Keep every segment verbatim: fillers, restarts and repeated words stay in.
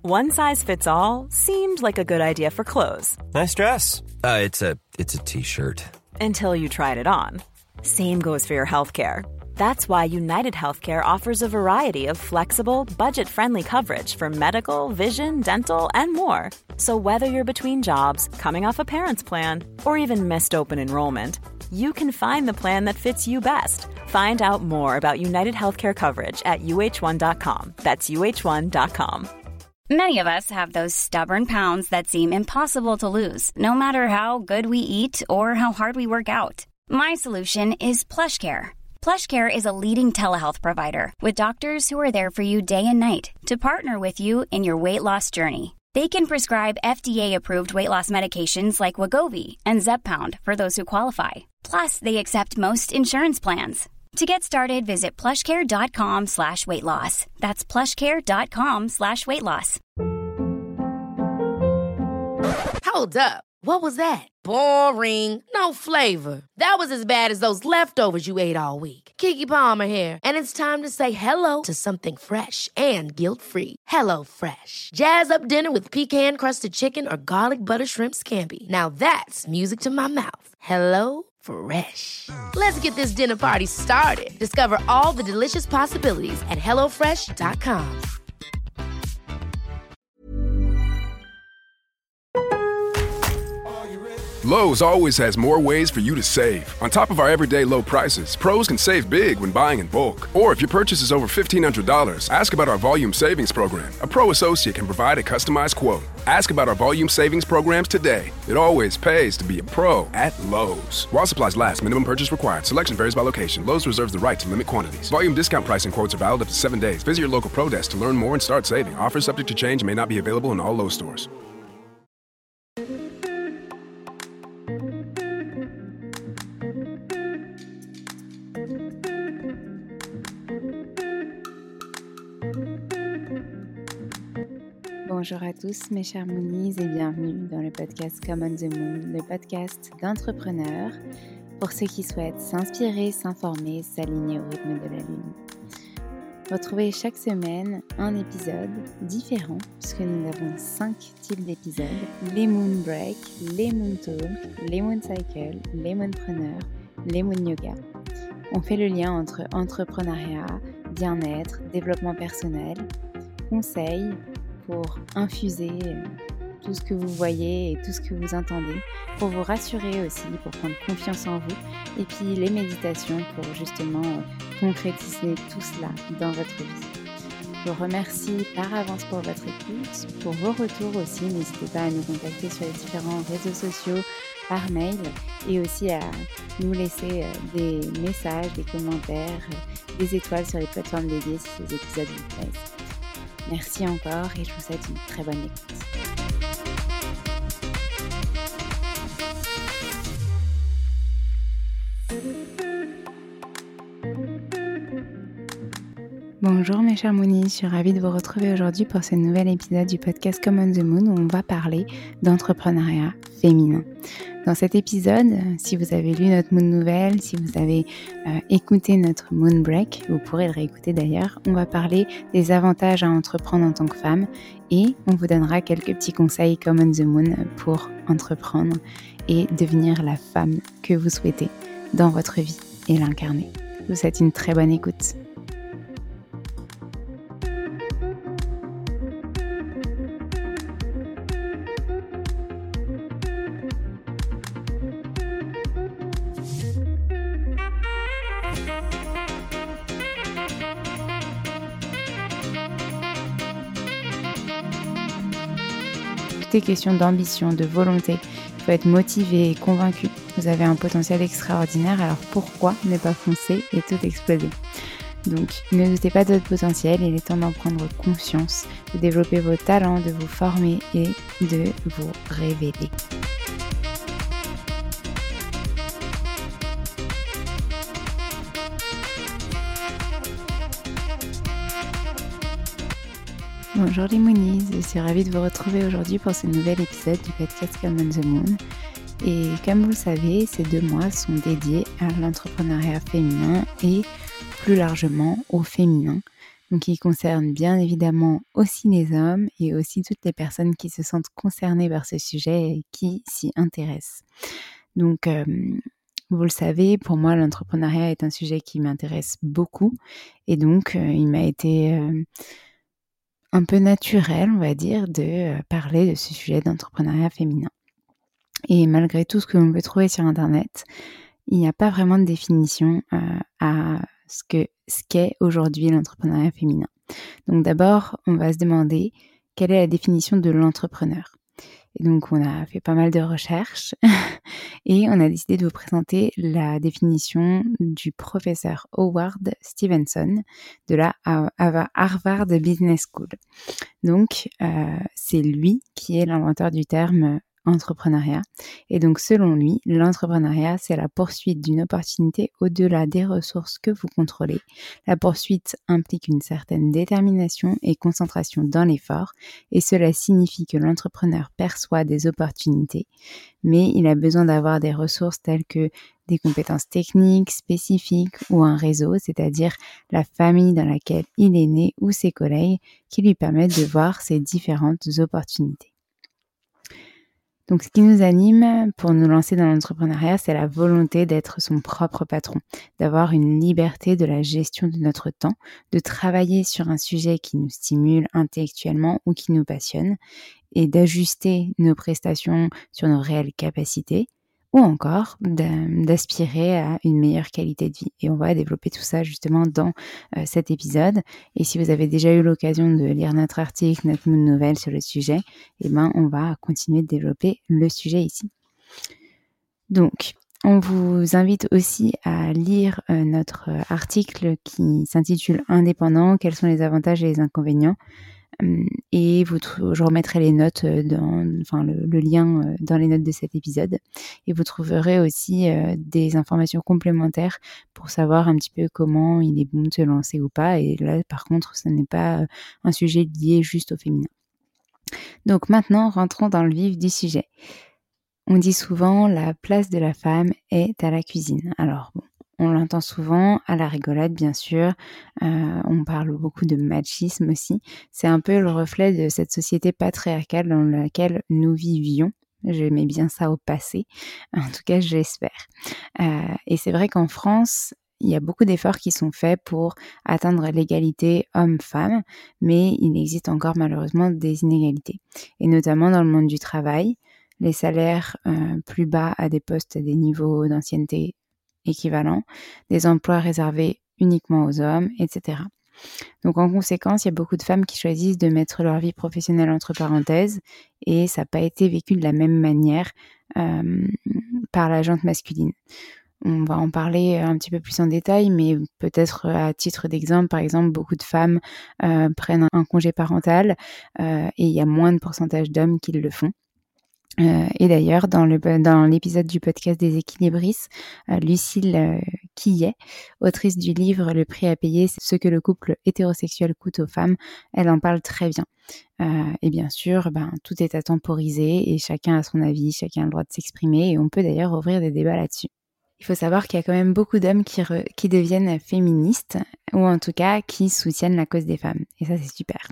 One size fits all seemed like a good idea for clothes. Nice dress. Uh, it's a it's a t-shirt. Until you tried it on. Same goes for your healthcare. That's why United Healthcare offers a variety of flexible, budget-friendly coverage for medical, vision, dental, and more. So whether you're between jobs, coming off a parent's plan, or even missed open enrollment, you can find the plan that fits you best. Find out more about United Healthcare coverage at U H one dot com. That's U H one dot com. Many of us have those stubborn pounds that seem impossible to lose, no matter how good we eat or how hard we work out. My solution is PlushCare. PlushCare is a leading telehealth provider with doctors who are there for you day and night to partner with you in your weight loss journey. They can prescribe F D A-approved weight loss medications like Wegovy and Zepbound for those who qualify. Plus, they accept most insurance plans. To get started, visit plushcare.com slash weight loss. That's plushcare.com slash weight loss. Hold up. What was that? Boring. No flavor. That was as bad as those leftovers you ate all week. Keke Palmer here. And it's time to say hello to something fresh and guilt-free. Hello Fresh. Jazz up dinner with pecan-crusted chicken or garlic butter shrimp scampi. Now that's music to my mouth. Hello Fresh. Let's get this dinner party started. Discover all the delicious possibilities at hello fresh dot com. Lowe's always has more ways for you to save. On top of our everyday low prices, pros can save big when buying in bulk. Or if your purchase is over fifteen hundred dollars, ask about our Volume Savings Program. A pro associate can provide a customized quote. Ask about our Volume Savings Programs today. It always pays to be a pro at Lowe's. While supplies last, minimum purchase required. Selection varies by location. Lowe's reserves the right to limit quantities. Volume discount pricing quotes are valid up to seven days. Visit your local pro desk to learn more and start saving. Offers subject to change and may not be available in all Lowe's stores. Bonjour à tous mes chers Moonies et bienvenue dans le podcast Come on the Moon, le podcast d'entrepreneurs pour ceux qui souhaitent s'inspirer, s'informer, s'aligner au rythme de la lune. Retrouvez chaque semaine un épisode différent puisque nous avons cinq types d'épisodes, les Moon Break, les Moon Talk, les Moon Cycle, les Moonpreneurs, les Moon Yoga. On fait le lien entre entrepreneuriat, bien-être, développement personnel, conseils, pour infuser tout ce que vous voyez et tout ce que vous entendez, pour vous rassurer aussi, pour prendre confiance en vous, et puis les méditations pour justement concrétiser tout cela dans votre vie. Je vous remercie par avance pour votre écoute, pour vos retours aussi. N'hésitez pas à nous contacter sur les différents réseaux sociaux, par mail, et aussi à nous laisser des messages, des commentaires, des étoiles sur les plateformes dédiées si ces épisodes vous plaisent. Merci encore et je vous souhaite une très bonne écoute. Bonjour mes chers Moonies, je suis ravie de vous retrouver aujourd'hui pour ce nouvel épisode du podcast Come on the Moon où on va parler d'entrepreneuriat féminin. Dans cet épisode, si vous avez lu notre Moon Nouvelle, si vous avez euh, écouté notre Moon Break, vous pourrez le réécouter d'ailleurs, on va parler des avantages à entreprendre en tant que femme et on vous donnera quelques petits conseils Come on the Moon pour entreprendre et devenir la femme que vous souhaitez dans votre vie et l'incarner. Je vous souhaite une très bonne écoute. Tout est question d'ambition, de volonté. Il faut être motivé et convaincu. Vous avez un potentiel extraordinaire, alors pourquoi ne pas foncer et tout exploser ? Donc, ne doutez pas de votre potentiel, il est temps d'en prendre conscience, de développer vos talents, de vous former et de vous révéler. Bonjour les Moonies, je suis ravie de vous retrouver aujourd'hui pour ce nouvel épisode du podcast Come on the Moon. Et comme vous le savez, ces deux mois sont dédiés à l'entrepreneuriat féminin et plus largement au féminin, Donc il concerne bien évidemment aussi les hommes et aussi toutes les personnes qui se sentent concernées par ce sujet et qui s'y intéressent. Donc euh, vous le savez, pour moi l'entrepreneuriat est un sujet qui m'intéresse beaucoup et donc euh, il m'a été euh, un peu naturel, on va dire, de euh, parler de ce sujet d'entrepreneuriat féminin. Et malgré tout ce que l'on peut trouver sur internet, il n'y a pas vraiment de définition euh, à ce que ce qu'est aujourd'hui l'entrepreneuriat féminin. Donc d'abord, on va se demander quelle est la définition de l'entrepreneur. Et donc on a fait pas mal de recherches et on a décidé de vous présenter la définition du professeur Howard Stevenson de la Harvard Business School. Donc euh, c'est lui qui est l'inventeur du terme entrepreneuriat. Et donc, selon lui, l'entrepreneuriat, c'est la poursuite d'une opportunité au-delà des ressources que vous contrôlez. La poursuite implique une certaine détermination et concentration dans l'effort, et cela signifie que l'entrepreneur perçoit des opportunités, mais il a besoin d'avoir des ressources telles que des compétences techniques spécifiques ou un réseau, c'est-à-dire la famille dans laquelle il est né ou ses collègues qui lui permettent de voir ces différentes opportunités. Donc, ce qui nous anime pour nous lancer dans l'entrepreneuriat, c'est la volonté d'être son propre patron, d'avoir une liberté de la gestion de notre temps, de travailler sur un sujet qui nous stimule intellectuellement ou qui nous passionne et d'ajuster nos prestations sur nos réelles capacités ou encore d'aspirer à une meilleure qualité de vie. Et on va développer tout ça justement dans euh, cet épisode. Et si vous avez déjà eu l'occasion de lire notre article, notre nouvelle sur le sujet, eh ben, on va continuer de développer le sujet ici. Donc, on vous invite aussi à lire euh, notre article qui s'intitule « Indépendant, quels sont les avantages et les inconvénients ?» Et vous, je remettrai les notes, dans, enfin le, le lien dans les notes de cet épisode. Et vous trouverez aussi euh, des informations complémentaires pour savoir un petit peu comment il est bon de se lancer ou pas. Et là, par contre, ce n'est pas un sujet lié juste au féminin. Donc maintenant, rentrons dans le vif du sujet. On dit souvent la place de la femme est à la cuisine. Alors bon. On l'entend souvent à la rigolade, bien sûr. Euh, on parle beaucoup de machisme aussi. C'est un peu le reflet de cette société patriarcale dans laquelle nous vivions. J'aimais bien ça au passé. En tout cas, j'espère. Euh, et c'est vrai qu'en France, il y a beaucoup d'efforts qui sont faits pour atteindre l'égalité homme-femme, mais il existe encore malheureusement des inégalités. Et notamment dans le monde du travail, les salaires euh, plus bas à des postes à des niveaux d'ancienneté équivalents, des emplois réservés uniquement aux hommes, et cetera. Donc en conséquence, il y a beaucoup de femmes qui choisissent de mettre leur vie professionnelle entre parenthèses et ça n'a pas été vécu de la même manière euh, par la gente masculine. On va en parler un petit peu plus en détail, mais peut-être à titre d'exemple, par exemple, beaucoup de femmes euh, prennent un congé parental euh, et il y a moins de pourcentage d'hommes qui le font. Euh, et d'ailleurs, dans, le, dans l'épisode du podcast des Équilibristes, euh, Lucille euh, Quillet, autrice du livre « Le prix à payer, c'est ce que le couple hétérosexuel coûte aux femmes », elle en parle très bien. Euh, et bien sûr, ben, tout est à temporiser et chacun a son avis, chacun a le droit de s'exprimer et on peut d'ailleurs ouvrir des débats là-dessus. Il faut savoir qu'il y a quand même beaucoup d'hommes qui, re, qui deviennent féministes ou en tout cas qui soutiennent la cause des femmes. Et ça, c'est super.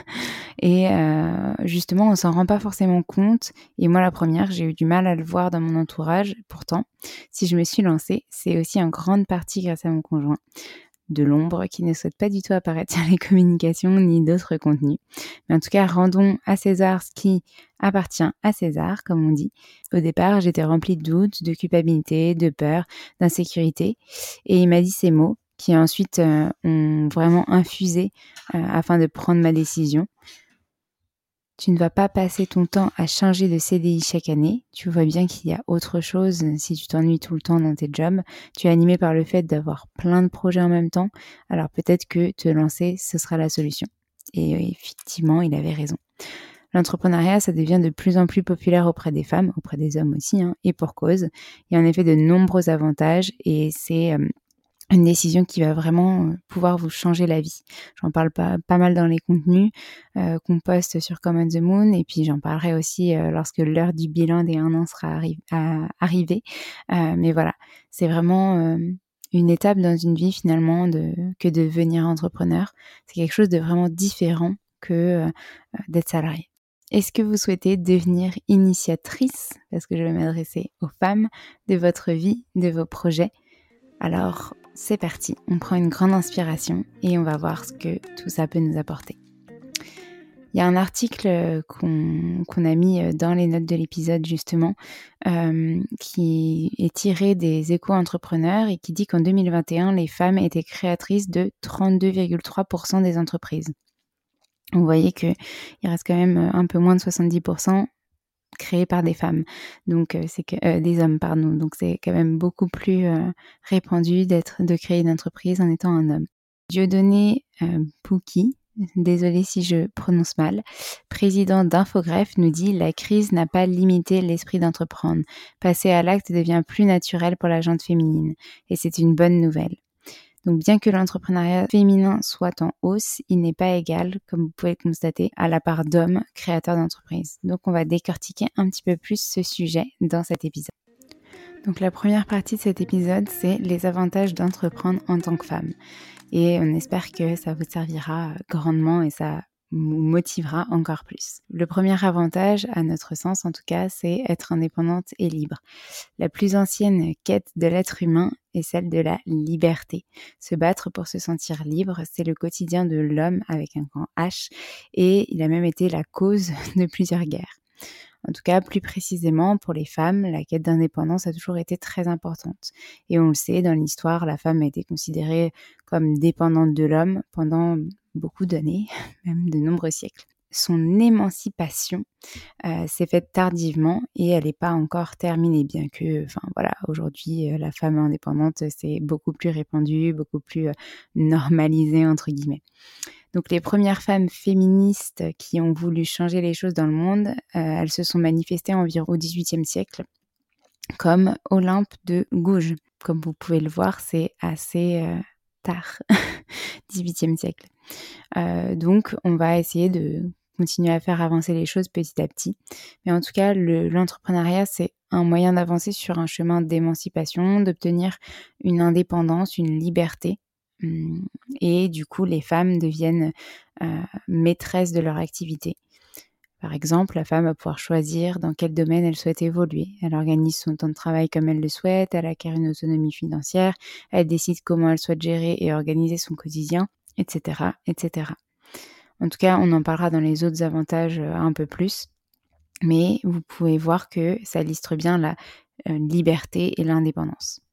Et euh, justement, on s'en rend pas forcément compte. Et moi, la première, j'ai eu du mal à le voir dans mon entourage. Pourtant, si je me suis lancée, c'est aussi en grande partie grâce à mon conjoint de l'ombre qui ne souhaite pas du tout apparaître sur les communications ni d'autres contenus. Mais en tout cas, rendons à César ce qui appartient à César, comme on dit. Au départ, j'étais remplie de doutes, de culpabilité, de peur, d'insécurité. Et il m'a dit ces mots qui ensuite euh, ont vraiment infusé euh, afin de prendre ma décision. Tu ne vas pas passer ton temps à changer de C D I chaque année. Tu vois bien qu'il y a autre chose si tu t'ennuies tout le temps dans tes jobs. Tu es animé par le fait d'avoir plein de projets en même temps. Alors peut-être que te lancer, ce sera la solution. Et effectivement, il avait raison. L'entrepreneuriat, ça devient de plus en plus populaire auprès des femmes, auprès des hommes aussi, hein, et pour cause. Il y a en effet de nombreux avantages et c'est... Euh, une décision qui va vraiment pouvoir vous changer la vie. J'en parle pas, pas mal dans les contenus euh, qu'on poste sur Come on the Moon et puis j'en parlerai aussi euh, lorsque l'heure du bilan des un an sera arri- à, arrivée. Euh, mais voilà, c'est vraiment euh, une étape dans une vie finalement de, que de devenir entrepreneur. C'est quelque chose de vraiment différent que euh, d'être salarié. Est-ce que vous souhaitez devenir initiatrice, parce que je vais m'adresser aux femmes, de votre vie, de vos projets? Alors, c'est parti, on prend une grande inspiration et on va voir ce que tout ça peut nous apporter. Il y a un article qu'on, qu'on a mis dans les notes de l'épisode justement, euh, qui est tiré des Échos entrepreneurs et qui dit qu'en deux mille vingt et un, les femmes étaient créatrices de trente-deux virgule trois pour cent des entreprises. Vous voyez qu'il reste quand même un peu moins de soixante-dix pour cent créés par des femmes, donc euh, c'est que euh, des hommes, pardon. Donc c'est quand même beaucoup plus euh, répandu d'être de créer une entreprise en étant un homme. Dieudonné euh, Pouki, désolée si je prononce mal, président d'Infogreffe, nous dit « La crise n'a pas limité l'esprit d'entreprendre. Passer à l'acte devient plus naturel pour la gente féminine. Et c'est une bonne nouvelle. » Donc bien que l'entrepreneuriat féminin soit en hausse, il n'est pas égal, comme vous pouvez le constater, à la part d'hommes créateurs d'entreprises. Donc on va décortiquer un petit peu plus ce sujet dans cet épisode. Donc la première partie de cet épisode, c'est les avantages d'entreprendre en tant que femme. Et on espère que ça vous servira grandement et ça vous motivera encore plus. Le premier avantage, à notre sens en tout cas, c'est être indépendante et libre. La plus ancienne quête de l'être humain est celle de la liberté. Se battre pour se sentir libre, c'est le quotidien de l'homme avec un grand H et il a même été la cause de plusieurs guerres. En tout cas, plus précisément, pour les femmes, la quête d'indépendance a toujours été très importante. Et on le sait, dans l'histoire, la femme a été considérée comme dépendante de l'homme pendant beaucoup d'années, même de nombreux siècles. Son émancipation euh, s'est faite tardivement et elle n'est pas encore terminée, bien que, enfin voilà, aujourd'hui, euh, la femme indépendante, c'est beaucoup plus répandu, beaucoup plus euh, normalisé, entre guillemets. Donc les premières femmes féministes qui ont voulu changer les choses dans le monde, euh, elles se sont manifestées environ au dix-huitième siècle, comme Olympe de Gouges. Comme vous pouvez le voir, c'est assez euh, tard, dix-huitième siècle. Euh, donc on va essayer de continuer à faire avancer les choses petit à petit. Mais en tout cas, le, l'entrepreneuriat, c'est un moyen d'avancer sur un chemin d'émancipation, d'obtenir une indépendance, une liberté. Et du coup, les femmes deviennent euh, maîtresses de leur activité. Par exemple, la femme va pouvoir choisir dans quel domaine elle souhaite évoluer. Elle organise son temps de travail comme elle le souhaite, elle acquiert une autonomie financière, elle décide comment elle souhaite gérer et organiser son quotidien, et cetera, et cetera. En tout cas, on en parlera dans les autres avantages euh, un peu plus. Mais vous pouvez voir que ça illustre bien la euh, liberté et l'indépendance.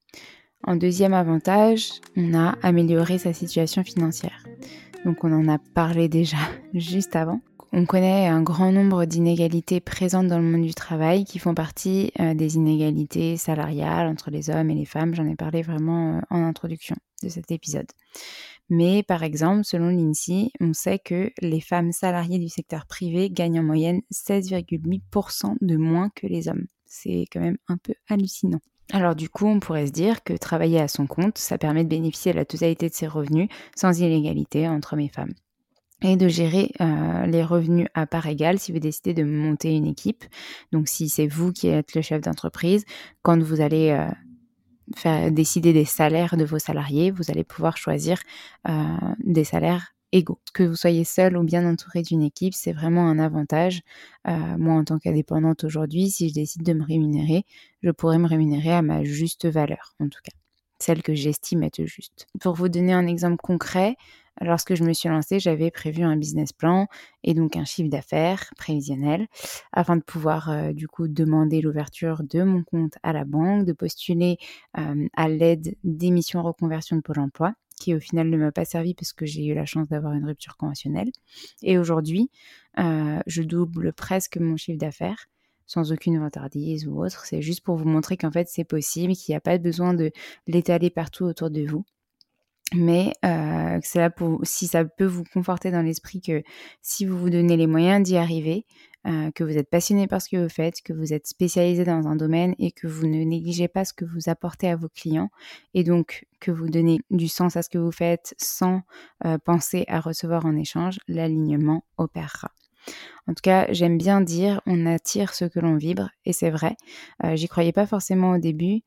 En deuxième avantage, on a amélioré sa situation financière. Donc on en a parlé déjà juste avant. On connaît un grand nombre d'inégalités présentes dans le monde du travail qui font partie euh, des inégalités salariales entre les hommes et les femmes. J'en ai parlé vraiment euh, en introduction de cet épisode. Mais par exemple, selon l'INSEE, on sait que les femmes salariées du secteur privé gagnent en moyenne seize virgule huit pour cent de moins que les hommes. C'est quand même un peu hallucinant. Alors du coup, on pourrait se dire que travailler à son compte, ça permet de bénéficier de la totalité de ses revenus sans inégalité entre hommes et femmes. Et de gérer euh, les revenus à part égale si vous décidez de monter une équipe. Donc si c'est vous qui êtes le chef d'entreprise, quand vous allez euh, faire décider des salaires de vos salariés, vous allez pouvoir choisir euh, des salaires égaux. Que vous soyez seul ou bien entouré d'une équipe, c'est vraiment un avantage. Euh, moi, en tant qu'indépendante aujourd'hui, si je décide de me rémunérer, je pourrais me rémunérer à ma juste valeur, en tout cas, celle que j'estime être juste. Pour vous donner un exemple concret, lorsque je me suis lancée, j'avais prévu un business plan et donc un chiffre d'affaires prévisionnel afin de pouvoir euh, du coup demander l'ouverture de mon compte à la banque, de postuler euh, à l'aide d'émissions reconversion de Pôle emploi, qui au final ne m'a pas servi parce que j'ai eu la chance d'avoir une rupture conventionnelle. Et aujourd'hui, euh, je double presque mon chiffre d'affaires sans aucune vantardise ou autre. C'est juste pour vous montrer qu'en fait, c'est possible, qu'il n'y a pas besoin de l'étaler partout autour de vous. Mais euh, c'est là pour, si ça peut vous conforter dans l'esprit que si vous vous donnez les moyens d'y arriver, euh, que vous êtes passionné par ce que vous faites, que vous êtes spécialisé dans un domaine et que vous ne négligez pas ce que vous apportez à vos clients et donc que vous donnez du sens à ce que vous faites sans euh, penser à recevoir en échange, l'alignement opérera. En tout cas, j'aime bien dire on attire ce que l'on vibre et c'est vrai. Euh, j'y croyais pas forcément au début.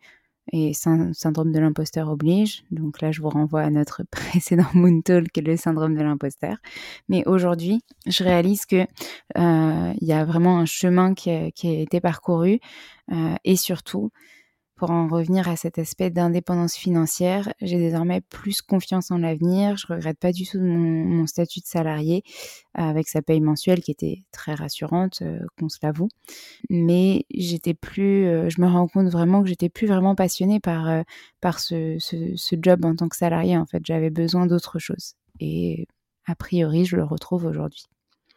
Et syndrome de l'imposteur oblige. Donc là, je vous renvoie à notre précédent Moon Talk, le syndrome de l'imposteur. Mais aujourd'hui, je réalise que euh, y a vraiment un chemin qui a, qui a été parcouru. Euh, et surtout, pour en revenir à cet aspect d'indépendance financière, j'ai désormais plus confiance en l'avenir. Je regrette pas du tout mon, mon statut de salarié euh, avec sa paye mensuelle qui était très rassurante, euh, qu'on se l'avoue. Mais j'étais plus, euh, je me rends compte vraiment que j'étais plus vraiment passionnée par euh, par ce, ce ce job en tant que salarié. En fait, j'avais besoin d'autre chose. Et a priori, je le retrouve aujourd'hui.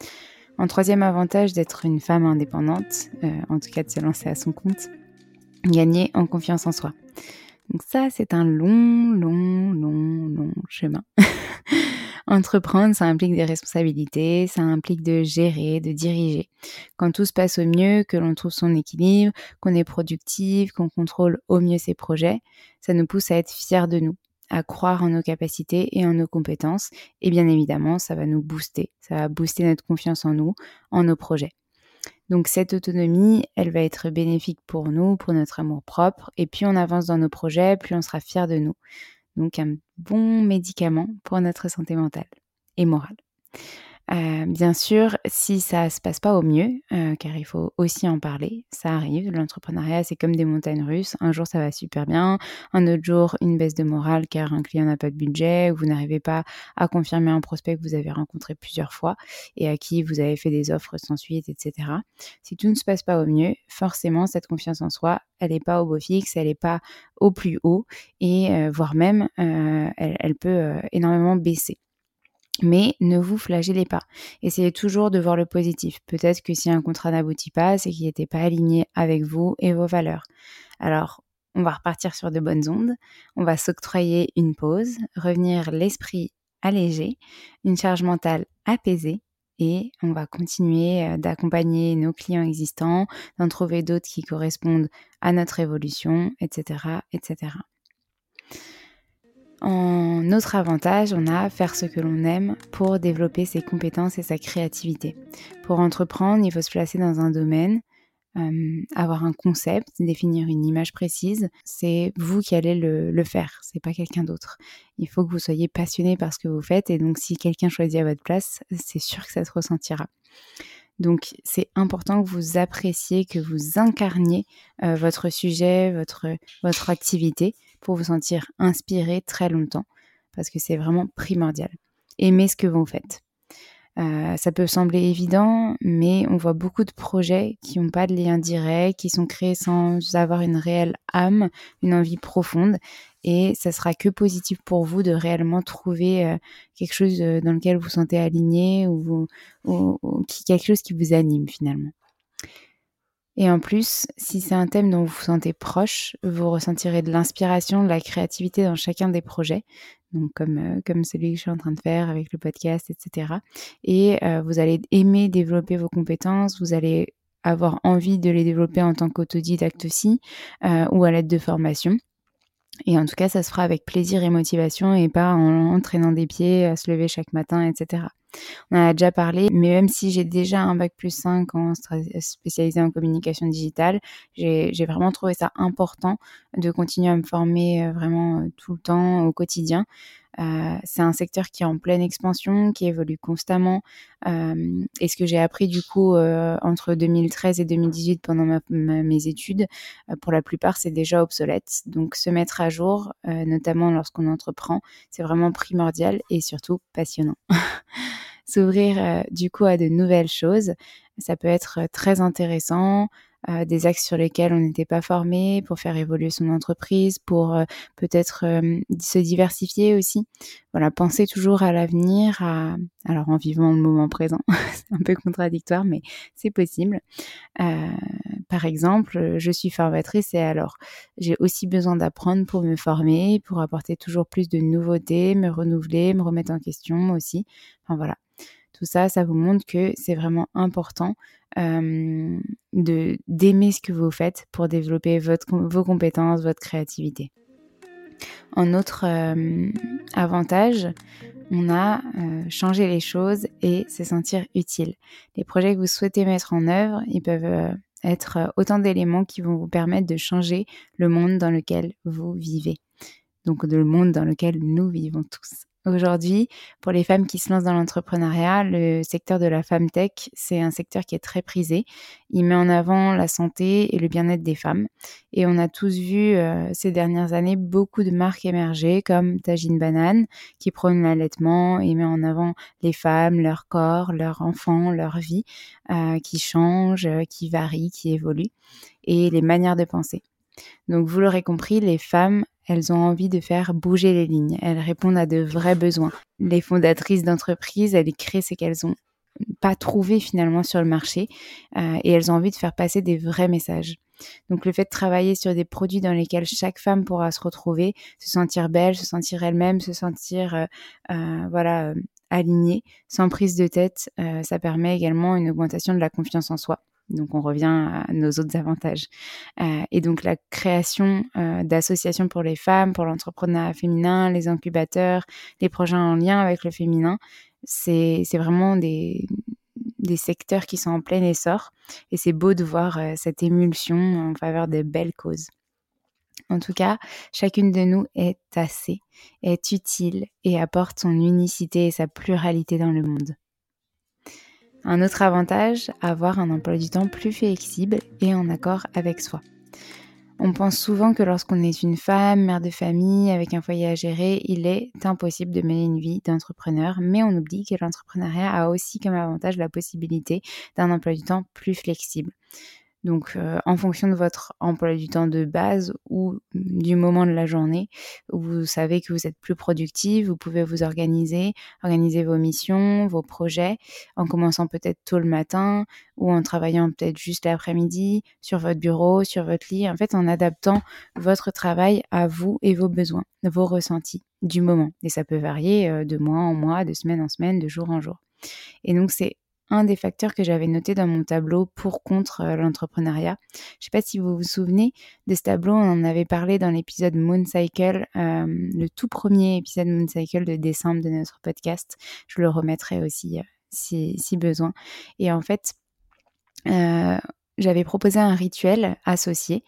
En troisième avantage d'être une femme indépendante, euh, en tout cas de se lancer à son compte, gagner en confiance en soi. Donc ça, c'est un long, long, long, long chemin. Entreprendre, ça implique des responsabilités, ça implique de gérer, de diriger. Quand tout se passe au mieux, que l'on trouve son équilibre, qu'on est productif, qu'on contrôle au mieux ses projets, ça nous pousse à être fiers de nous, à croire en nos capacités et en nos compétences. Et bien évidemment, ça va nous booster. Ça va booster notre confiance en nous, en nos projets. Donc cette autonomie, elle va être bénéfique pour nous, pour notre amour propre. Et plus on avance dans nos projets, plus on sera fier de nous. Donc un bon médicament pour notre santé mentale et morale. Euh, bien sûr, si ça se passe pas au mieux, euh, car il faut aussi en parler, ça arrive. L'entrepreneuriat, c'est comme des montagnes russes. Un jour, ça va super bien. Un autre jour, une baisse de morale car un client n'a pas de budget ou vous n'arrivez pas à confirmer un prospect que vous avez rencontré plusieurs fois et à qui vous avez fait des offres sans suite, et cetera. Si tout ne se passe pas au mieux, forcément, cette confiance en soi, elle n'est pas au beau fixe, elle n'est pas au plus haut et euh, voire même, euh, elle, elle peut euh, énormément baisser. Mais ne vous flagellez pas. Essayez toujours de voir le positif. Peut-être que si un contrat n'aboutit pas, c'est qu'il n'était pas aligné avec vous et vos valeurs. Alors, on va repartir sur de bonnes ondes. On va s'octroyer une pause, revenir l'esprit allégé, une charge mentale apaisée et on va continuer d'accompagner nos clients existants, d'en trouver d'autres qui correspondent à notre évolution, et cetera, et cetera. En autre avantage, on a faire ce que l'on aime pour développer ses compétences et sa créativité. Pour entreprendre, il faut se placer dans un domaine, euh, avoir un concept, définir une image précise. C'est vous qui allez le, le faire, c'est pas quelqu'un d'autre. Il faut que vous soyez passionné par ce que vous faites et donc si quelqu'un choisit à votre place, c'est sûr que ça se ressentira. Donc, c'est important que vous appréciez, que vous incarniez euh, votre sujet, votre, votre activité pour vous sentir inspiré très longtemps parce que c'est vraiment primordial. Aimez ce que vous faites. Euh, ça peut sembler évident, mais on voit beaucoup de projets qui n'ont pas de lien direct, qui sont créés sans avoir une réelle âme, une envie profonde. Et ça sera que positif pour vous de réellement trouver euh, quelque chose dans lequel vous vous sentez aligné ou, vous, ou, ou qui, quelque chose qui vous anime finalement. Et en plus, si c'est un thème dont vous vous sentez proche, vous ressentirez de l'inspiration, de la créativité dans chacun des projets, donc comme, euh, comme celui que je suis en train de faire avec le podcast, et cetera. Et euh, vous allez aimer développer vos compétences, vous allez avoir envie de les développer en tant qu'autodidacte aussi, euh, ou à l'aide de formations. Et en tout cas, ça se fera avec plaisir et motivation et pas en entraînant des pieds, à se lever chaque matin, et cetera. On en a déjà parlé, mais même si j'ai déjà un bac plus cinq en spécialisé en communication digitale, j'ai, j'ai vraiment trouvé ça important de continuer à me former vraiment tout le temps, au quotidien. Euh, c'est un secteur qui est en pleine expansion, qui évolue constamment. Euh, et ce que j'ai appris du coup euh, entre deux mille treize et deux mille dix-huit pendant ma, ma, mes études, euh, pour la plupart, c'est déjà obsolète. Donc se mettre à jour, euh, notamment lorsqu'on entreprend, c'est vraiment primordial et surtout passionnant. S'ouvrir euh, du coup à de nouvelles choses, ça peut être très intéressant. Euh, des axes sur lesquels on n'était pas formé pour faire évoluer son entreprise, pour euh, peut-être euh, se diversifier aussi. Voilà, pensez toujours à l'avenir, à... alors en vivant le moment présent, c'est un peu contradictoire, mais c'est possible. Euh, par exemple, je suis formatrice et alors j'ai aussi besoin d'apprendre pour me former, pour apporter toujours plus de nouveautés, me renouveler, me remettre en question aussi. Enfin voilà. Tout ça, ça vous montre que c'est vraiment important euh, de, d'aimer ce que vous faites pour développer votre, vos compétences, votre créativité. En autre euh, avantage, on a euh, changé les choses et se sentir utile. Les projets que vous souhaitez mettre en œuvre, ils peuvent euh, être autant d'éléments qui vont vous permettre de changer le monde dans lequel vous vivez. Donc le monde dans lequel nous vivons tous. Aujourd'hui, pour les femmes qui se lancent dans l'entrepreneuriat, le secteur de la femtech, c'est un secteur qui est très prisé. Il met en avant la santé et le bien-être des femmes. Et on a tous vu euh, ces dernières années beaucoup de marques émerger comme Tajine Banane, qui prône l'allaitement et met en avant les femmes, leur corps, leurs enfants, leur vie, euh, qui changent, euh, qui varient, qui évoluent, et les manières de penser. Donc vous l'aurez compris, les femmes, elles ont envie de faire bouger les lignes. Elles répondent à de vrais besoins. Les fondatrices d'entreprises, elles créent ce qu'elles n'ont pas trouvé finalement sur le marché euh, et elles ont envie de faire passer des vrais messages. Donc le fait de travailler sur des produits dans lesquels chaque femme pourra se retrouver, se sentir belle, se sentir elle-même, se sentir euh, euh, voilà, euh, alignée, sans prise de tête, euh, ça permet également une augmentation de la confiance en soi. Donc, on revient à nos autres avantages. Euh, et donc, la création euh, d'associations pour les femmes, pour l'entrepreneuriat féminin, les incubateurs, les projets en lien avec le féminin, c'est, c'est vraiment des, des secteurs qui sont en plein essor. Et c'est beau de voir euh, cette émulsion en faveur des belles causes. En tout cas, chacune de nous est assez, est utile et apporte son unicité et sa pluralité dans le monde. Un autre avantage, avoir un emploi du temps plus flexible et en accord avec soi. On pense souvent que lorsqu'on est une femme, mère de famille, avec un foyer à gérer, il est impossible de mener une vie d'entrepreneur, mais on oublie que l'entrepreneuriat a aussi comme avantage la possibilité d'un emploi du temps plus flexible. Donc, euh, en fonction de votre emploi du temps de base ou du moment de la journée où vous savez que vous êtes plus productive, vous pouvez vous organiser, organiser vos missions, vos projets, en commençant peut-être tôt le matin ou en travaillant peut-être juste l'après-midi sur votre bureau, sur votre lit, en fait en adaptant votre travail à vous et vos besoins, vos ressentis du moment. Et ça peut varier euh, de mois en mois, de semaine en semaine, de jour en jour. Et donc, c'est un des facteurs que j'avais noté dans mon tableau pour contre euh, l'entrepreneuriat. Je ne sais pas si vous vous souvenez de ce tableau, on en avait parlé dans l'épisode Moon Cycle, euh, le tout premier épisode Moon Cycle de décembre de notre podcast. Je le remettrai aussi euh, si, si besoin. Et en fait, euh, j'avais proposé un rituel associé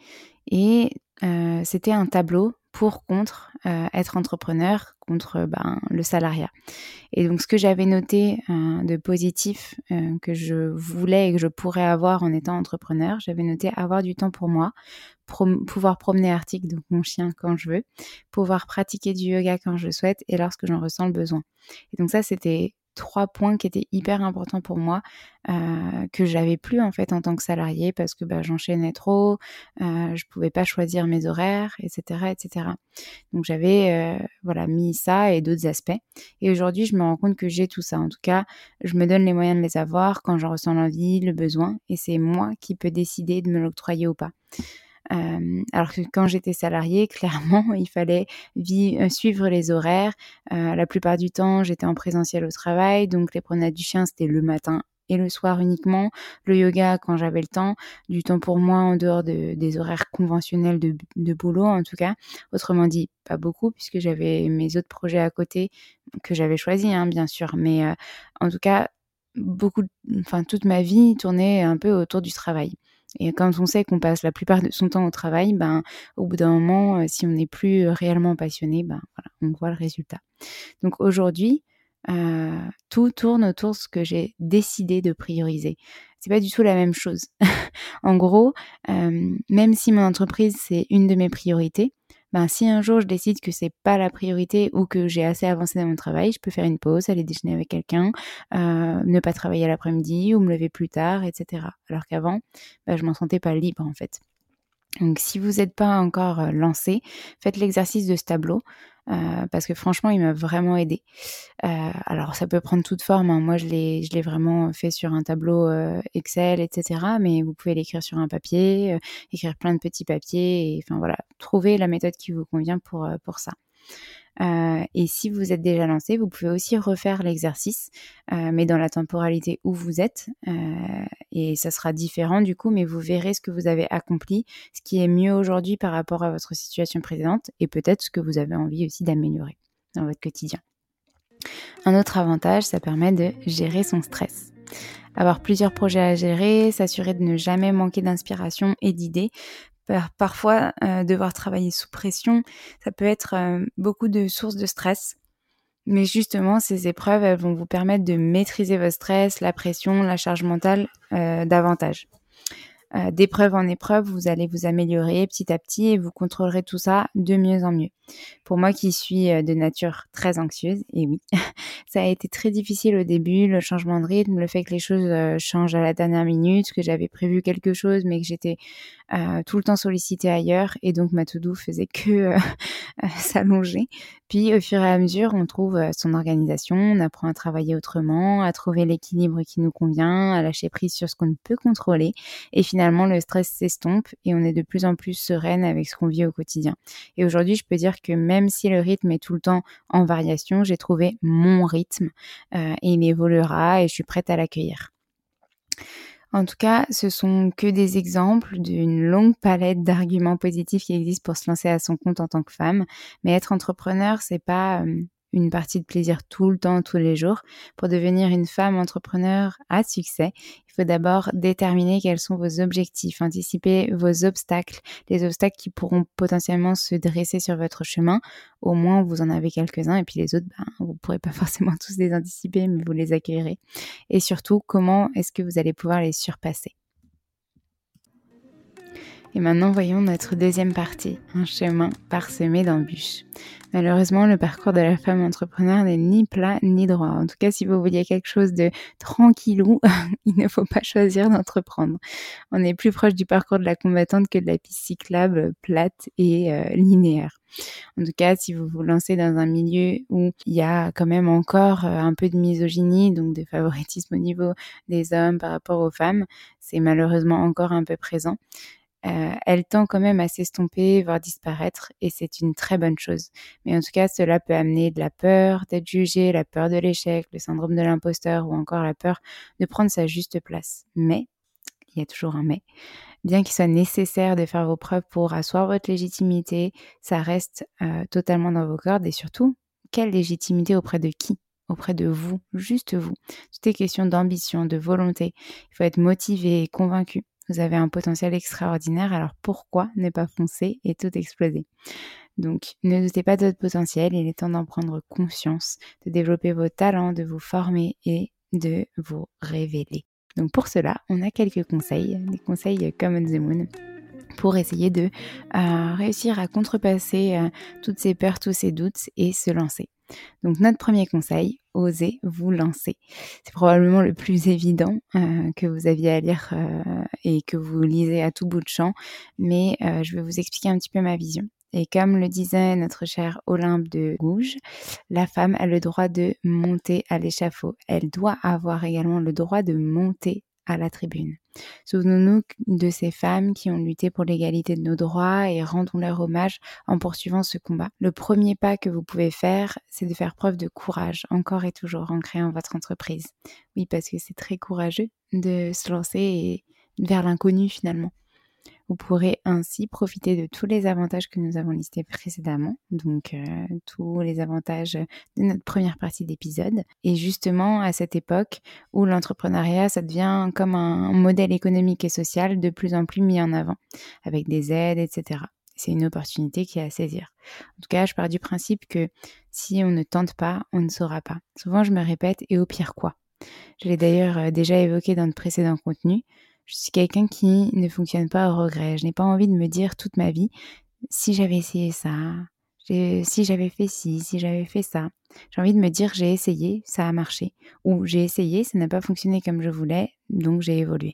et euh, c'était un tableau pour contre euh, être entrepreneur, contre ben, le salariat. Et donc, ce que j'avais noté euh, de positif euh, que je voulais et que je pourrais avoir en étant entrepreneur, j'avais noté avoir du temps pour moi, prom- pouvoir promener Arctic, donc mon chien, quand je veux, pouvoir pratiquer du yoga quand je le souhaite et lorsque j'en ressens le besoin. Et donc ça, c'était trois points qui étaient hyper importants pour moi, euh, que j'avais plus en fait en tant que salariée parce que bah, j'enchaînais trop, euh, je pouvais pas choisir mes horaires, et cetera, et cetera. Donc j'avais euh, voilà mis ça et d'autres aspects. Et aujourd'hui, je me rends compte que j'ai tout ça. En tout cas, je me donne les moyens de les avoir quand j'en ressens l'envie, le besoin, et c'est moi qui peux décider de me l'octroyer ou pas. Euh, alors que quand j'étais salariée, clairement, il fallait vi- suivre les horaires. Euh, la plupart du temps, j'étais en présentiel au travail, donc les promenades du chien, c'était le matin et le soir uniquement. Le yoga, quand j'avais le temps, du temps pour moi en dehors de, des horaires conventionnels de, de boulot, en tout cas. Autrement dit, pas beaucoup, puisque j'avais mes autres projets à côté que j'avais choisis, hein, bien sûr. Mais euh, en tout cas, beaucoup, enfin, toute ma vie tournait un peu autour du travail. Et quand on sait qu'on passe la plupart de son temps au travail, ben, au bout d'un moment, si on n'est plus réellement passionné, ben, voilà, on voit le résultat. Donc aujourd'hui, euh, tout tourne autour de ce que j'ai décidé de prioriser. C'est pas du tout la même chose. En gros, euh, même si mon entreprise, c'est une de mes priorités, ben, si un jour je décide que c'est pas la priorité ou que j'ai assez avancé dans mon travail, je peux faire une pause, aller déjeuner avec quelqu'un, euh, ne pas travailler l'après-midi ou me lever plus tard, et cetera. Alors qu'avant, ben, je m'en sentais pas libre en fait. Donc si vous n'êtes pas encore euh, lancé, faites l'exercice de ce tableau euh, parce que franchement, il m'a vraiment aidée. Euh, alors ça peut prendre toute forme, hein. Moi je l'ai, je l'ai vraiment fait sur un tableau euh, Excel, et cetera. Mais vous pouvez l'écrire sur un papier, euh, écrire plein de petits papiers, et enfin voilà, trouver la méthode qui vous convient pour, euh, pour ça. Euh, et si vous êtes déjà lancé, vous pouvez aussi refaire l'exercice, euh, mais dans la temporalité où vous êtes, euh, et ça sera différent du coup, mais vous verrez ce que vous avez accompli, ce qui est mieux aujourd'hui par rapport à votre situation précédente, et peut-être ce que vous avez envie aussi d'améliorer dans votre quotidien. Un autre avantage, ça permet de gérer son stress. Avoir plusieurs projets à gérer, s'assurer de ne jamais manquer d'inspiration et d'idées. Par- parfois, euh, devoir travailler sous pression, ça peut être euh, beaucoup de sources de stress. Mais justement, ces épreuves, elles vont vous permettre de maîtriser votre stress, la pression, la charge mentale euh, davantage. Euh, d'épreuve en épreuve, vous allez vous améliorer petit à petit et vous contrôlerez tout ça de mieux en mieux. Pour moi qui suis euh, de nature très anxieuse, et oui, ça a été très difficile au début, le changement de rythme, le fait que les choses euh, changent à la dernière minute, que j'avais prévu quelque chose mais que j'étais euh, tout le temps sollicitée ailleurs et donc ma to-do faisait que euh, s'allonger. Puis au fur et à mesure, on trouve euh, son organisation, on apprend à travailler autrement, à trouver l'équilibre qui nous convient, à lâcher prise sur ce qu'on ne peut contrôler et finalement le stress s'estompe et on est de plus en plus sereine avec ce qu'on vit au quotidien. Et aujourd'hui, je peux dire que même si le rythme est tout le temps en variation, j'ai trouvé mon rythme euh, et il évoluera et je suis prête à l'accueillir. En tout cas, ce sont que des exemples d'une longue palette d'arguments positifs qui existent pour se lancer à son compte en tant que femme. Mais être entrepreneur, c'est pas euh, une partie de plaisir tout le temps, tous les jours. Pour devenir une femme entrepreneur à succès, il faut d'abord déterminer quels sont vos objectifs, anticiper vos obstacles, les obstacles qui pourront potentiellement se dresser sur votre chemin. Au moins, vous en avez quelques-uns et puis les autres, ben, vous ne pourrez pas forcément tous les anticiper, mais vous les accueillerez. Et surtout, comment est-ce que vous allez pouvoir les surpasser ? Et maintenant, voyons notre deuxième partie, un chemin parsemé d'embûches. Malheureusement, le parcours de la femme entrepreneur n'est ni plat ni droit. En tout cas, si vous vouliez quelque chose de tranquillou, il ne faut pas choisir d'entreprendre. On est plus proche du parcours de la combattante que de la piste cyclable plate et euh, linéaire. En tout cas, si vous vous lancez dans un milieu où il y a quand même encore un peu de misogynie, donc de favoritisme au niveau des hommes par rapport aux femmes, c'est malheureusement encore un peu présent. Euh, elle tend quand même à s'estomper, voire disparaître, et c'est une très bonne chose. Mais en tout cas, cela peut amener de la peur d'être jugé, la peur de l'échec, le syndrome de l'imposteur ou encore la peur de prendre sa juste place. Mais, il y a toujours un mais, bien qu'il soit nécessaire de faire vos preuves pour asseoir votre légitimité, ça reste euh, totalement dans vos cordes et surtout, quelle légitimité auprès de qui ? Auprès de vous, juste vous. Tout est question d'ambition, de volonté. Il faut être motivé et convaincu. Vous avez un potentiel extraordinaire, alors pourquoi ne pas foncer et tout exploser ? Donc, ne doutez pas de votre potentiel, il est temps d'en prendre conscience, de développer vos talents, de vous former et de vous révéler. Donc pour cela, on a quelques conseils, des conseils comme on the moon, pour essayer de euh, réussir à contrepasser euh, toutes ces peurs, tous ces doutes et se lancer. Donc notre premier conseil, osez vous lancer. C'est probablement le plus évident euh, que vous aviez à lire euh, et que vous lisez à tout bout de champ, mais euh, je vais vous expliquer un petit peu ma vision. Et comme le disait notre cher Olympe de Gouges, la femme a le droit de monter à l'échafaud. Elle doit avoir également le droit de monter à la tribune. Souvenons-nous de ces femmes qui ont lutté pour l'égalité de nos droits et rendons-leur hommage en poursuivant ce combat. Le premier pas que vous pouvez faire, c'est de faire preuve de courage, encore et toujours, en créant votre entreprise. Oui, parce que c'est très courageux de se lancer et vers l'inconnu finalement. Vous pourrez ainsi profiter de tous les avantages que nous avons listés précédemment, donc euh, tous les avantages de notre première partie d'épisode. Et justement, à cette époque où l'entrepreneuriat, ça devient comme un modèle économique et social de plus en plus mis en avant, avec des aides, et cetera. C'est une opportunité qui est à saisir. En tout cas, je pars du principe que si on ne tente pas, on ne saura pas. Souvent, je me répète, et au pire quoi ? Je l'ai d'ailleurs déjà évoqué dans de précédents contenus. Je suis quelqu'un qui ne fonctionne pas au regret. Je n'ai pas envie de me dire toute ma vie, si j'avais essayé ça, si j'avais fait ci, si j'avais fait ça. J'ai envie de me dire, j'ai essayé, ça a marché. Ou j'ai essayé, ça n'a pas fonctionné comme je voulais, donc j'ai évolué.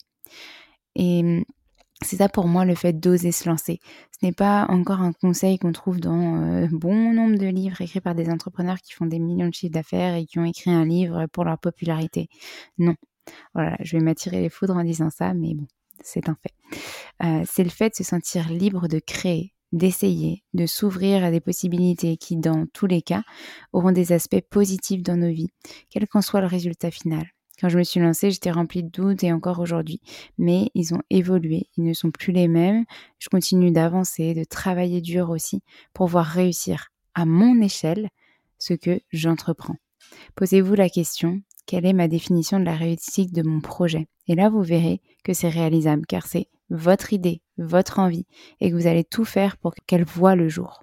Et c'est ça pour moi le fait d'oser se lancer. Ce n'est pas encore un conseil qu'on trouve dans euh, bon nombre de livres écrits par des entrepreneurs qui font des millions de chiffres d'affaires et qui ont écrit un livre pour leur popularité. Non. Voilà, je vais m'attirer les foudres en disant ça, mais bon, c'est un fait. Euh, c'est le fait de se sentir libre de créer, d'essayer, de s'ouvrir à des possibilités qui, dans tous les cas, auront des aspects positifs dans nos vies, quel qu'en soit le résultat final. Quand je me suis lancée, j'étais remplie de doutes et encore aujourd'hui, mais ils ont évolué, ils ne sont plus les mêmes. Je continue d'avancer, de travailler dur aussi pour pouvoir réussir à mon échelle ce que j'entreprends. Posez-vous la question, quelle est ma définition de la réussite de mon projet. Et là, vous verrez que c'est réalisable car c'est votre idée, votre envie et que vous allez tout faire pour qu'elle voie le jour.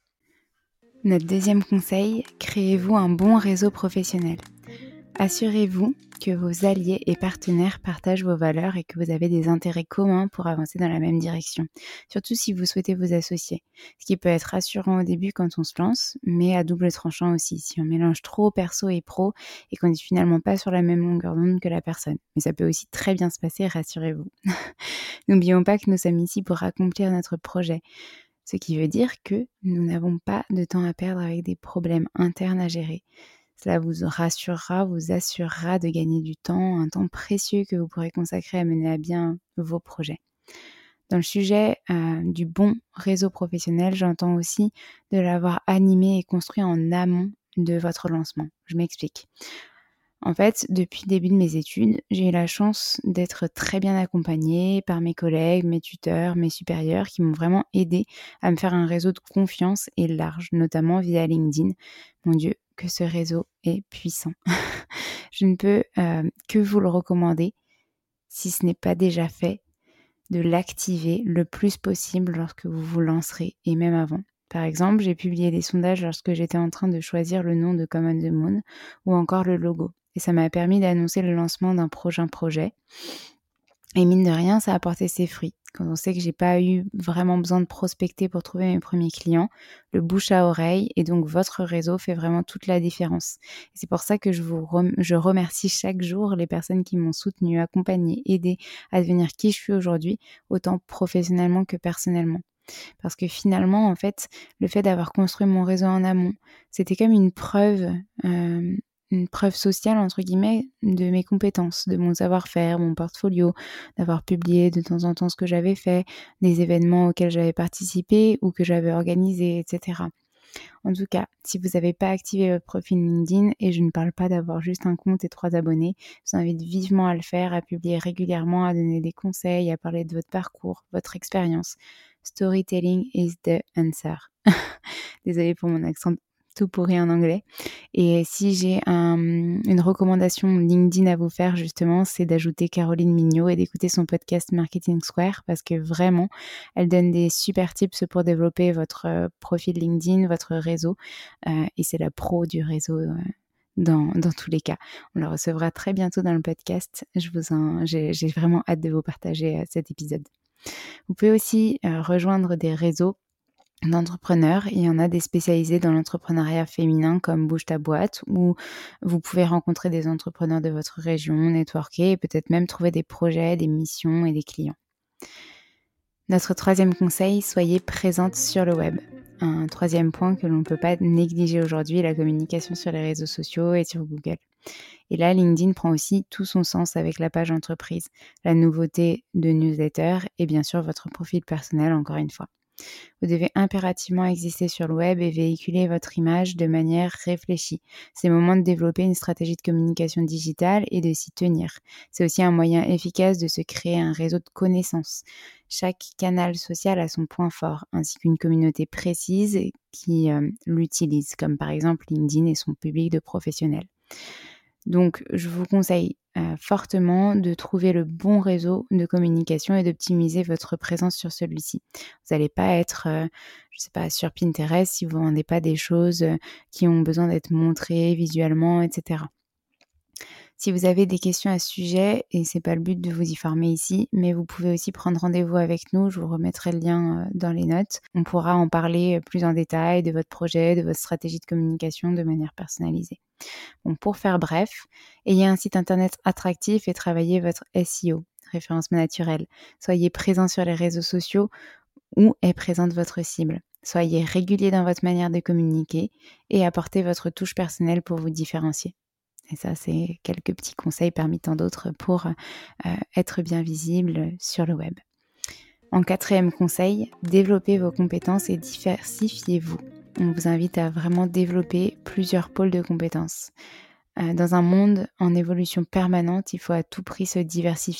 Notre deuxième conseil, créez-vous un bon réseau professionnel. Assurez-vous que vos alliés et partenaires partagent vos valeurs et que vous avez des intérêts communs pour avancer dans la même direction, surtout si vous souhaitez vous associer. Ce qui peut être rassurant au début quand on se lance, mais à double tranchant aussi, si on mélange trop perso et pro et qu'on n'est finalement pas sur la même longueur d'onde que la personne. Mais ça peut aussi très bien se passer, rassurez-vous. N'oublions pas que nous sommes ici pour accomplir notre projet, ce qui veut dire que nous n'avons pas de temps à perdre avec des problèmes internes à gérer. Cela vous rassurera, vous assurera de gagner du temps, un temps précieux que vous pourrez consacrer à mener à bien vos projets. Dans le sujet euh, du bon réseau professionnel, j'entends aussi de l'avoir animé et construit en amont de votre lancement. Je m'explique. En fait, depuis le début de mes études, j'ai eu la chance d'être très bien accompagnée par mes collègues, mes tuteurs, mes supérieurs qui m'ont vraiment aidée à me faire un réseau de confiance et large, notamment via LinkedIn. Mon Dieu, que ce réseau est puissant. Je ne peux euh, que vous le recommander, si ce n'est pas déjà fait, de l'activer le plus possible lorsque vous vous lancerez et même avant. Par exemple, j'ai publié des sondages lorsque j'étais en train de choisir le nom de Come on the Moon ou encore le logo. Et ça m'a permis d'annoncer le lancement d'un prochain projet. Et mine de rien, ça a porté ses fruits. Quand on sait que j'ai pas eu vraiment besoin de prospecter pour trouver mes premiers clients, le bouche à oreille et donc votre réseau fait vraiment toute la différence. Et c'est pour ça que je vous rem- je remercie chaque jour les personnes qui m'ont soutenue, accompagnée, aidée à devenir qui je suis aujourd'hui, autant professionnellement que personnellement. Parce que finalement, en fait, le fait d'avoir construit mon réseau en amont, c'était comme une preuve... Euh, une preuve sociale, entre guillemets, de mes compétences, de mon savoir-faire, mon portfolio, d'avoir publié de temps en temps ce que j'avais fait, des événements auxquels j'avais participé ou que j'avais organisés, et cetera. En tout cas, si vous n'avez pas activé votre profil LinkedIn, et je ne parle pas d'avoir juste un compte et trois abonnés, je vous invite vivement à le faire, à publier régulièrement, à donner des conseils, à parler de votre parcours, votre expérience. Storytelling is the answer. Désolée pour mon accent tout pourri en anglais. Et si j'ai un, une recommandation LinkedIn à vous faire justement, c'est d'ajouter Caroline Mignot et d'écouter son podcast Marketing Square parce que vraiment, elle donne des super tips pour développer votre euh, profil LinkedIn, votre réseau. Euh, et c'est la pro du réseau euh, dans, dans tous les cas. On la recevra très bientôt dans le podcast. Je vous en, j'ai, j'ai vraiment hâte de vous partager euh, cet épisode. Vous pouvez aussi euh, rejoindre des réseaux d'entrepreneurs. Il y en a des spécialisés dans l'entrepreneuriat féminin comme Bouge ta boîte où vous pouvez rencontrer des entrepreneurs de votre région, networker et peut-être même trouver des projets, des missions et des clients. Notre troisième conseil, soyez présente sur le web. Un troisième point que l'on ne peut pas négliger aujourd'hui est la communication sur les réseaux sociaux et sur Google. Et là, LinkedIn prend aussi tout son sens avec la page entreprise, la nouveauté de newsletter et bien sûr votre profil personnel encore une fois. Vous devez impérativement exister sur le web et véhiculer votre image de manière réfléchie. C'est le moment de développer une stratégie de communication digitale et de s'y tenir. C'est aussi un moyen efficace de se créer un réseau de connaissances. Chaque canal social a son point fort, ainsi qu'une communauté précise qui euh, l'utilise, comme par exemple LinkedIn et son public de professionnels. Donc, je vous conseille euh, fortement de trouver le bon réseau de communication et d'optimiser votre présence sur celui-ci. Vous n'allez pas être, euh, je sais pas, sur Pinterest si vous ne vendez pas des choses euh, qui ont besoin d'être montrées visuellement, et cetera. Si vous avez des questions à ce sujet, et c'est pas le but de vous y former ici, mais vous pouvez aussi prendre rendez-vous avec nous, je vous remettrai le lien dans les notes. On pourra en parler plus en détail de votre projet, de votre stratégie de communication de manière personnalisée. Bon, pour faire bref, ayez un site internet attractif et travaillez votre S E O, référencement naturel. Soyez présent sur les réseaux sociaux où est présente votre cible. Soyez régulier dans votre manière de communiquer et apportez votre touche personnelle pour vous différencier. Et ça, c'est quelques petits conseils parmi tant d'autres pour euh, être bien visible sur le web. En quatrième conseil, développez vos compétences et diversifiez-vous. On vous invite à vraiment développer plusieurs pôles de compétences. Euh, dans un monde en évolution permanente, il faut à tout prix se diversifier.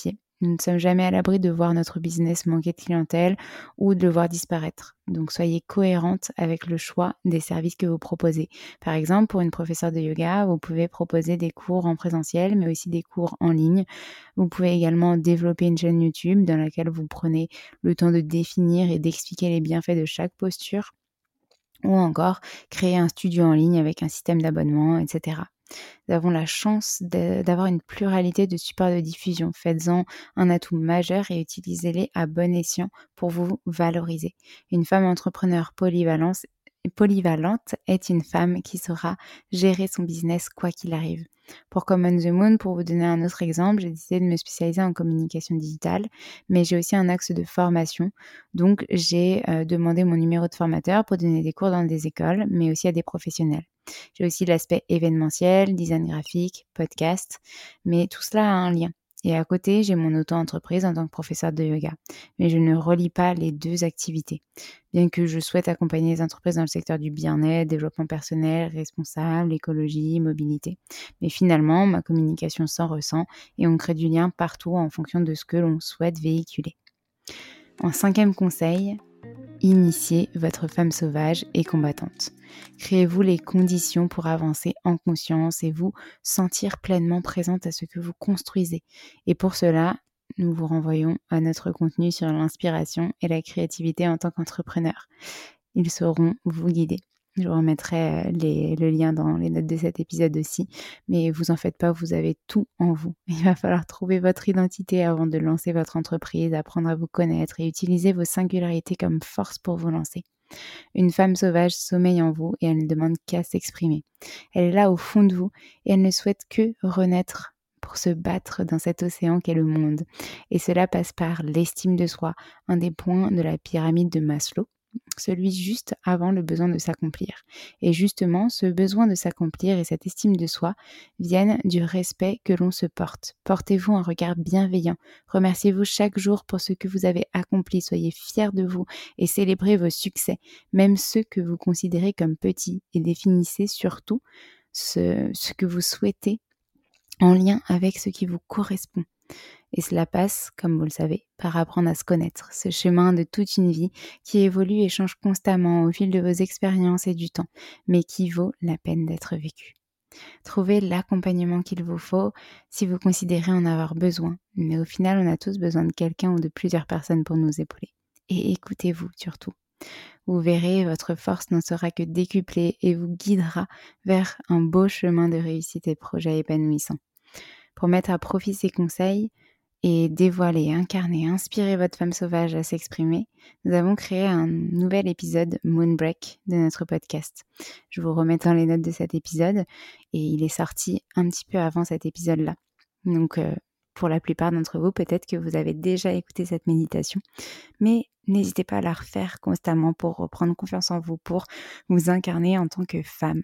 Nous ne sommes jamais à l'abri de voir notre business manquer de clientèle ou de le voir disparaître. Donc soyez cohérente avec le choix des services que vous proposez. Par exemple, pour une professeure de yoga, vous pouvez proposer des cours en présentiel, mais aussi des cours en ligne. Vous pouvez également développer une chaîne YouTube dans laquelle vous prenez le temps de définir et d'expliquer les bienfaits de chaque posture, ou encore créer un studio en ligne avec un système d'abonnement, et cetera. Nous avons la chance de, d'avoir une pluralité de supports de diffusion. Faites-en un atout majeur et utilisez-les à bon escient pour vous valoriser. Une femme entrepreneur polyvalente, polyvalente est une femme qui saura gérer son business quoi qu'il arrive. Pour Common the Moon, pour vous donner un autre exemple, j'ai décidé de me spécialiser en communication digitale, mais j'ai aussi un axe de formation. Donc, j'ai euh, demandé mon numéro de formateur pour donner des cours dans des écoles, mais aussi à des professionnels. J'ai aussi l'aspect événementiel, design graphique, podcast, mais tout cela a un lien. Et à côté, j'ai mon auto-entreprise en tant que professeur de yoga. Mais je ne relie pas les deux activités. Bien que je souhaite accompagner les entreprises dans le secteur du bien-être, développement personnel, responsable, écologie, mobilité. Mais finalement, ma communication s'en ressent et on crée du lien partout en fonction de ce que l'on souhaite véhiculer. En cinquième conseil, initiez votre femme sauvage et combattante. Créez-vous les conditions pour avancer en conscience et vous sentir pleinement présente à ce que vous construisez. Et pour cela, nous vous renvoyons à notre contenu sur l'inspiration et la créativité en tant qu'entrepreneur. Ils sauront vous guider. Je vous remettrai les, le lien dans les notes de cet épisode aussi, mais vous en faites pas, vous avez tout en vous. Il va falloir trouver votre identité avant de lancer votre entreprise, apprendre à vous connaître et utiliser vos singularités comme force pour vous lancer. Une femme sauvage sommeille en vous et elle ne demande qu'à s'exprimer. Elle est là au fond de vous et elle ne souhaite que renaître pour se battre dans cet océan qu'est le monde. Et cela passe par l'estime de soi, un des points de la pyramide de Maslow, celui juste avant le besoin de s'accomplir. Et justement, ce besoin de s'accomplir et cette estime de soi viennent du respect que l'on se porte. Portez-vous un regard bienveillant. Remerciez-vous chaque jour pour ce que vous avez accompli. Soyez fiers de vous et célébrez vos succès, même ceux que vous considérez comme petits. Et définissez surtout ce, ce que vous souhaitez en lien avec ce qui vous correspond. Et cela passe, comme vous le savez, par apprendre à se connaître, ce chemin de toute une vie qui évolue et change constamment au fil de vos expériences et du temps, mais qui vaut la peine d'être vécu. Trouvez l'accompagnement qu'il vous faut si vous considérez en avoir besoin, mais au final, on a tous besoin de quelqu'un ou de plusieurs personnes pour nous épauler. Et écoutez-vous surtout. Vous verrez, votre force n'en sera que décuplée et vous guidera vers un beau chemin de réussite et de projets épanouissants. Pour mettre à profit ces conseils, et dévoiler, incarner, inspirer votre femme sauvage à s'exprimer, nous avons créé un nouvel épisode Moonbreak de notre podcast. Je vous remets dans les notes de cet épisode et il est sorti un petit peu avant cet épisode-là. Donc euh, pour la plupart d'entre vous, peut-être que vous avez déjà écouté cette méditation, mais n'hésitez pas à la refaire constamment pour reprendre confiance en vous, pour vous incarner en tant que femme.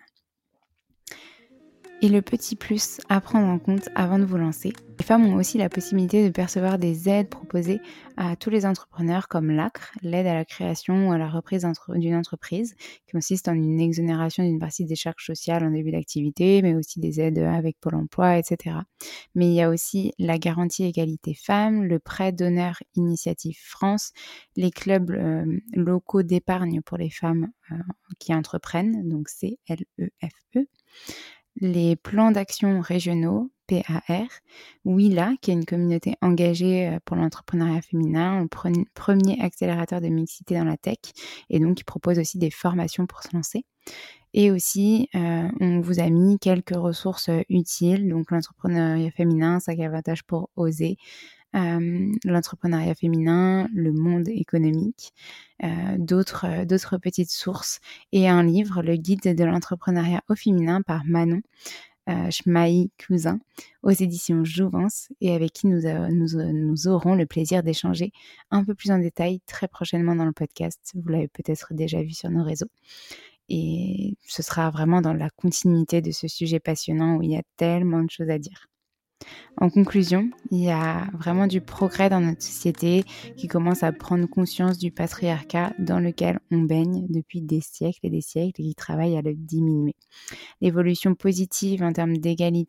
Et le petit plus à prendre en compte avant de vous lancer, les femmes ont aussi la possibilité de percevoir des aides proposées à tous les entrepreneurs comme l'A C R, l'aide à la création ou à la reprise d'une entreprise, qui consiste en une exonération d'une partie des charges sociales en début d'activité, mais aussi des aides avec Pôle emploi, et cetera. Mais il y a aussi la garantie égalité femmes, le prêt d'honneur Initiative France, les clubs euh, locaux d'épargne pour les femmes euh, qui entreprennent, donc C L E F E, les plans d'action régionaux, P A R, Willa, qui est une communauté engagée pour l'entrepreneuriat féminin, le pre- premier accélérateur de mixité dans la tech, et donc qui propose aussi des formations pour se lancer. Et aussi, euh, on vous a mis quelques ressources utiles, donc l'entrepreneuriat féminin, cinq avantages pour oser, Euh, l'entrepreneuriat féminin, le monde économique, euh, d'autres, euh, d'autres petites sources et un livre, le guide de l'entrepreneuriat au féminin par Manon euh, Schmaï-Cousin aux éditions Jouvence et avec qui nous, a, nous, nous aurons le plaisir d'échanger un peu plus en détail très prochainement dans le podcast. Vous l'avez peut-être déjà vu sur nos réseaux. Et ce sera vraiment dans la continuité de ce sujet passionnant où il y a tellement de choses à dire. En conclusion, il y a vraiment du progrès dans notre société qui commence à prendre conscience du patriarcat dans lequel on baigne depuis des siècles et des siècles et qui travaille à le diminuer. L'évolution positive en termes d'égalité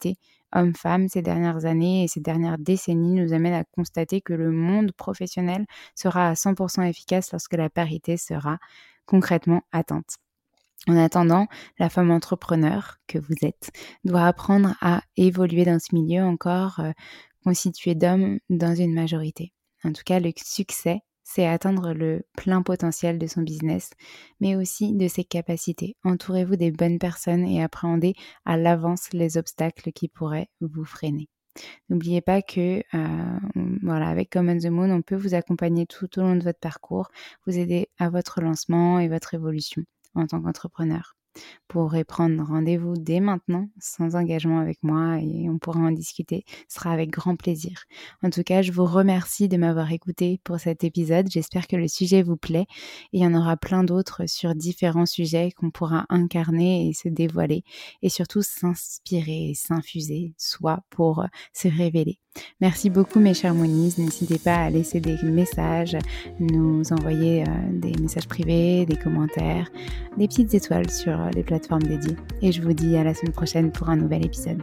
hommes-femmes ces dernières années et ces dernières décennies nous amènent à constater que le monde professionnel sera à cent pour cent efficace lorsque la parité sera concrètement atteinte. En attendant, la femme entrepreneur que vous êtes doit apprendre à évoluer dans ce milieu encore euh, constitué d'hommes dans une majorité. En tout cas, le succès, c'est atteindre le plein potentiel de son business, mais aussi de ses capacités. Entourez-vous des bonnes personnes et appréhendez à l'avance les obstacles qui pourraient vous freiner. N'oubliez pas que euh, voilà, avec Come on the Moon, on peut vous accompagner tout au long de votre parcours, vous aider à votre lancement et votre évolution en tant qu'entrepreneur. Vous pourrez prendre rendez-vous dès maintenant, sans engagement avec moi, et on pourra en discuter. Ce sera avec grand plaisir. En tout cas, je vous remercie de m'avoir écouté pour cet épisode. J'espère que le sujet vous plaît. Et il y en aura plein d'autres sur différents sujets qu'on pourra incarner et se dévoiler. Et surtout s'inspirer et s'infuser, soit pour se révéler. Merci beaucoup mes chers Moonies, n'hésitez pas à laisser des messages, nous envoyer euh, des messages privés, des commentaires, des petites étoiles sur euh, les plateformes dédiées. Et je vous dis à la semaine prochaine pour un nouvel épisode.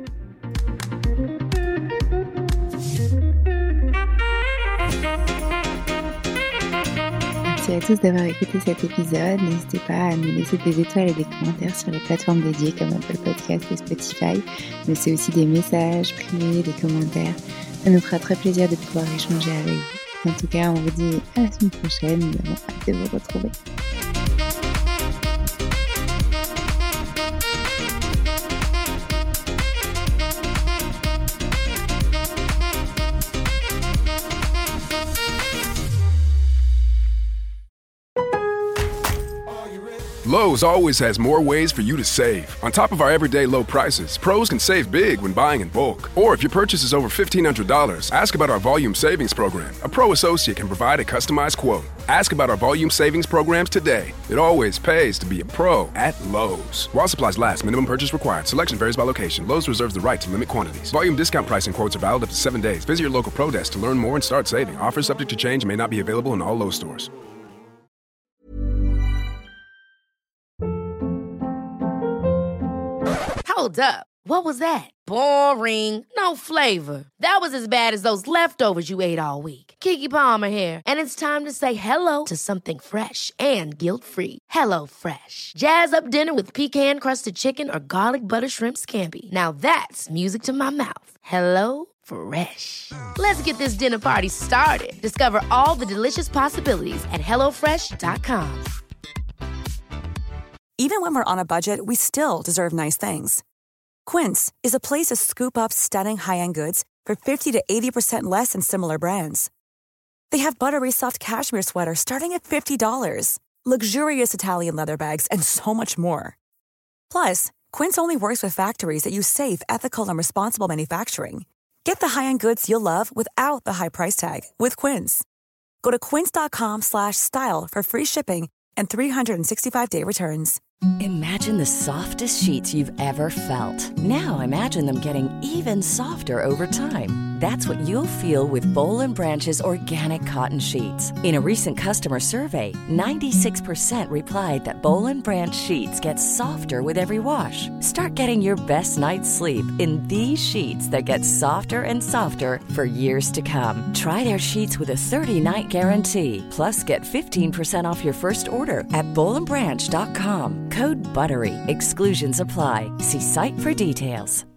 Merci à tous d'avoir écouté cet épisode. N'hésitez pas à nous laisser des étoiles et des commentaires sur les plateformes dédiées comme Apple Podcast et Spotify. Mais c'est aussi des messages privés, des commentaires. Ça nous fera très plaisir de pouvoir échanger avec vous. En tout cas, on vous dit à la semaine prochaine. Nous avons hâte de vous retrouver. Lowe's always has more ways for you to save. On top of our everyday low prices, pros can save big when buying in bulk. Or if your purchase is over fifteen hundred dollars, ask about our volume savings program. A pro associate can provide a customized quote. Ask about our volume savings programs today. It always pays to be a pro at Lowe's. While supplies last, minimum purchase required. Selection varies by location. Lowe's reserves the right to limit quantities. Volume discount pricing quotes are valid up to seven days. Visit your local pro desk to learn more and start saving. Offers subject to change and may not be available in all Lowe's stores. Hold up. What was that? Boring. No flavor. That was as bad as those leftovers you ate all week. Keke Palmer here, and it's time to say hello to something fresh and guilt-free. Hello Fresh. Jazz up dinner with pecan-crusted chicken or garlic butter shrimp scampi. Now that's music to my mouth. Hello Fresh. Let's get this dinner party started. Discover all the delicious possibilities at hello fresh dot com. Even when we're on a budget, we still deserve nice things. Quince is a place to scoop up stunning high-end goods for fifty to eighty percent less than similar brands. They have buttery soft cashmere sweaters starting at fifty dollars, luxurious Italian leather bags, and so much more. Plus, Quince only works with factories that use safe, ethical, and responsible manufacturing. Get the high-end goods you'll love without the high price tag with Quince. Go to quince.com slash style for free shipping and three sixty-five day returns. Imagine the softest sheets you've ever felt. Now imagine them getting even softer over time. That's what you'll feel with Boll and Branch's organic cotton sheets. In a recent customer survey, ninety-six percent replied that Boll and Branch sheets get softer with every wash. Start getting your best night's sleep in these sheets that get softer and softer for years to come. Try their sheets with a thirty-night guarantee. Plus, get fifteen percent off your first order at boll and branch dot com. Code BUTTERY. Exclusions apply. See site for details.